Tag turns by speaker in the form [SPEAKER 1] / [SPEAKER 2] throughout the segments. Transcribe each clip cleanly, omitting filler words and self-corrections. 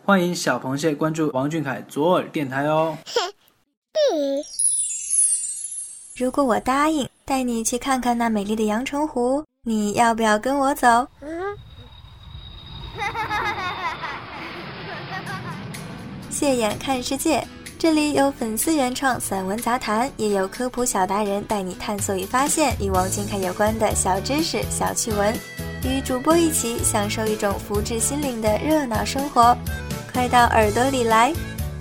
[SPEAKER 1] 欢迎小螃蟹关注王俊凯左耳电台哦。
[SPEAKER 2] 如果我答应带你去看看那美丽的阳澄湖，你要不要跟我走？谢眼看世界，这里有粉丝原创散文杂谈，也有科普小达人带你探索与发现与王俊凯有关的小知识、小趣闻，与主播一起享受一种福至心灵的热闹生活，快到耳朵里来。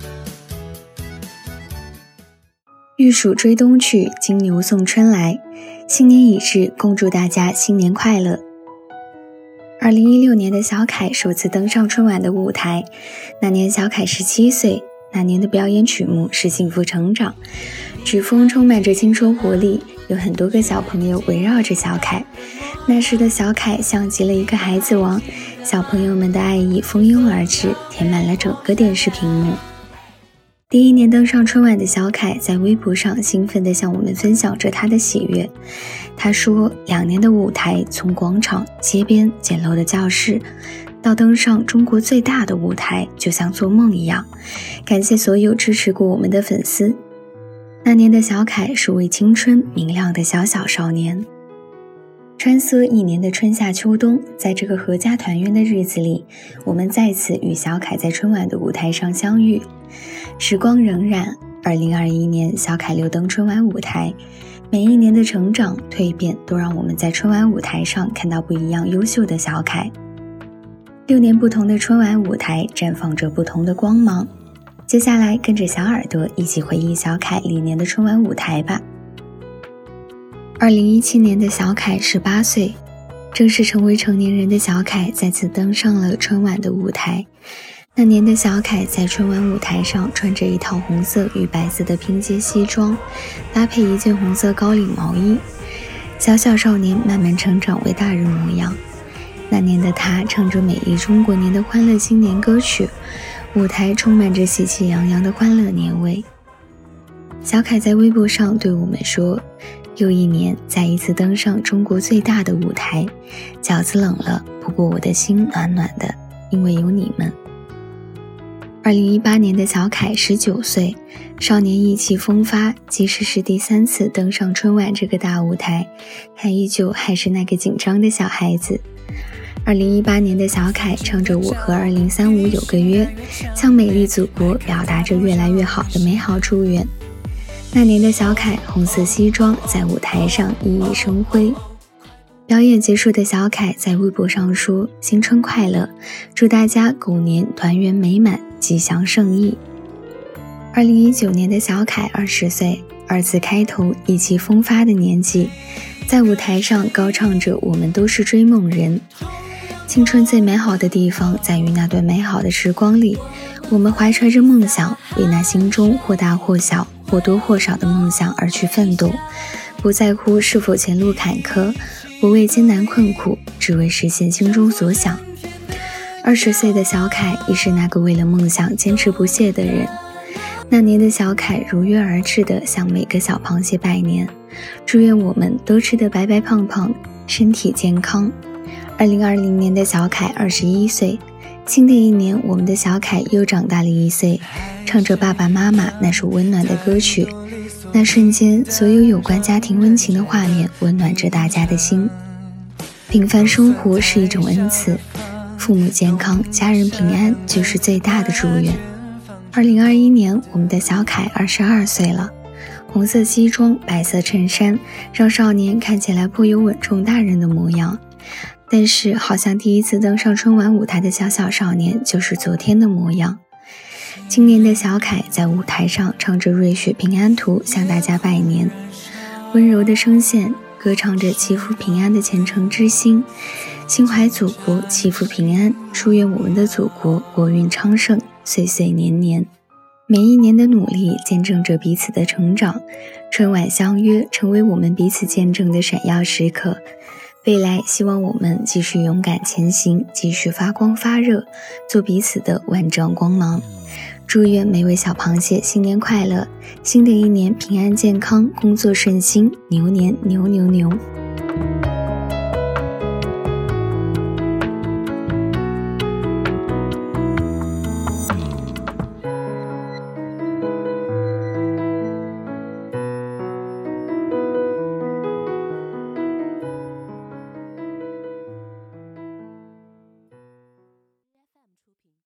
[SPEAKER 3] 玉鼠追冬去，金牛送春来，新年已至，恭祝大家新年快乐。2016年的小凯首次登上春晚的舞台，那年小凯17岁，那年的表演曲目是幸福成长，曲风充满着青春活力，有很多个小朋友围绕着小凯，那时的小凯像极了一个孩子王，小朋友们的爱意蜂拥而至，填满了整个电视屏幕。第一年登上春晚的小凯在微博上兴奋地向我们分享着他的喜悦。他说，2年的舞台，从广场、街边、简陋的教室，到登上中国最大的舞台，就像做梦一样。感谢所有支持过我们的粉丝。那年的小凯是为青春明亮的小小少年。穿梭1年的春夏秋冬，在这个阖家团圆的日子里，我们再次与小凯在春晚的舞台上相遇。时光荏苒，2021年小凯6登春晚舞台，每一年的成长蜕变都让我们在春晚舞台上看到不一样优秀的小凯。6年不同的春晚舞台绽放着不同的光芒。接下来跟着小耳朵一起回忆小凯历年的春晚舞台吧。2017年的小凯18岁，正式成为成年人的小凯再次登上了春晚的舞台。那年的小凯在春晚舞台上穿着一套红色与白色的拼接西装，搭配一件红色高领毛衣，小小少年慢慢成长为大人模样。那年的他唱着美丽中国年的欢乐新年歌曲，舞台充满着喜气洋洋的欢乐年味。小凯在微博上对我们说，又一年再一次登上中国最大的舞台，饺子冷了，不过我的心暖暖的，因为有你们。2018年的小凯19岁，少年意气风发，即使是第3次登上春晚这个大舞台，他依旧还是那个紧张的小孩子。2018年的小凯唱着我和2035有个约，向美丽祖国表达着越来越好的美好祝愿。那年的小凯红色西装在舞台上熠熠生辉。表演结束的小凯在微博上说，新春快乐，祝大家狗年团圆美满，吉祥胜意。2019年的小凯20岁，2字开头意气风发的年纪，在舞台上高唱着我们都是追梦人。青春最美好的地方在于那段美好的时光里，我们怀揣着梦想，为那心中或大或小或多或少的梦想而去奋斗，不在乎是否前路坎坷，不畏艰难困苦，只为实现心中所想。20岁的小凯亦是那个为了梦想坚持不懈的人。那年的小凯如约而至地向每个小螃蟹拜年，祝愿我们都吃得白白胖胖，身体健康。2020年的小凯21岁，新的一年我们的小凯又长大了1岁，唱着爸爸妈妈那首温暖的歌曲，那瞬间所有有关家庭温情的画面温暖着大家的心。平凡生活是一种恩赐，父母健康，家人平安就是最大的祝愿。2021年我们的小凯22岁了，红色西装白色衬衫让少年看起来颇有稳重大人的模样，但是好像第一次登上春晚舞台的小小少年就是昨天的模样。今年的小凯在舞台上唱着瑞雪平安图向大家拜年，温柔的声线歌唱着祈福平安的虔诚之心，心怀祖国，祈福平安，祝愿我们的祖国国运昌盛，岁岁年年。每一年的努力见证着彼此的成长，春晚相约成为我们彼此见证的闪耀时刻。未来希望我们继续勇敢前行，继续发光发热，做彼此的万丈光芒。祝愿每位小螃蟹新年快乐，新的一年平安健康，工作顺心，牛年牛牛牛。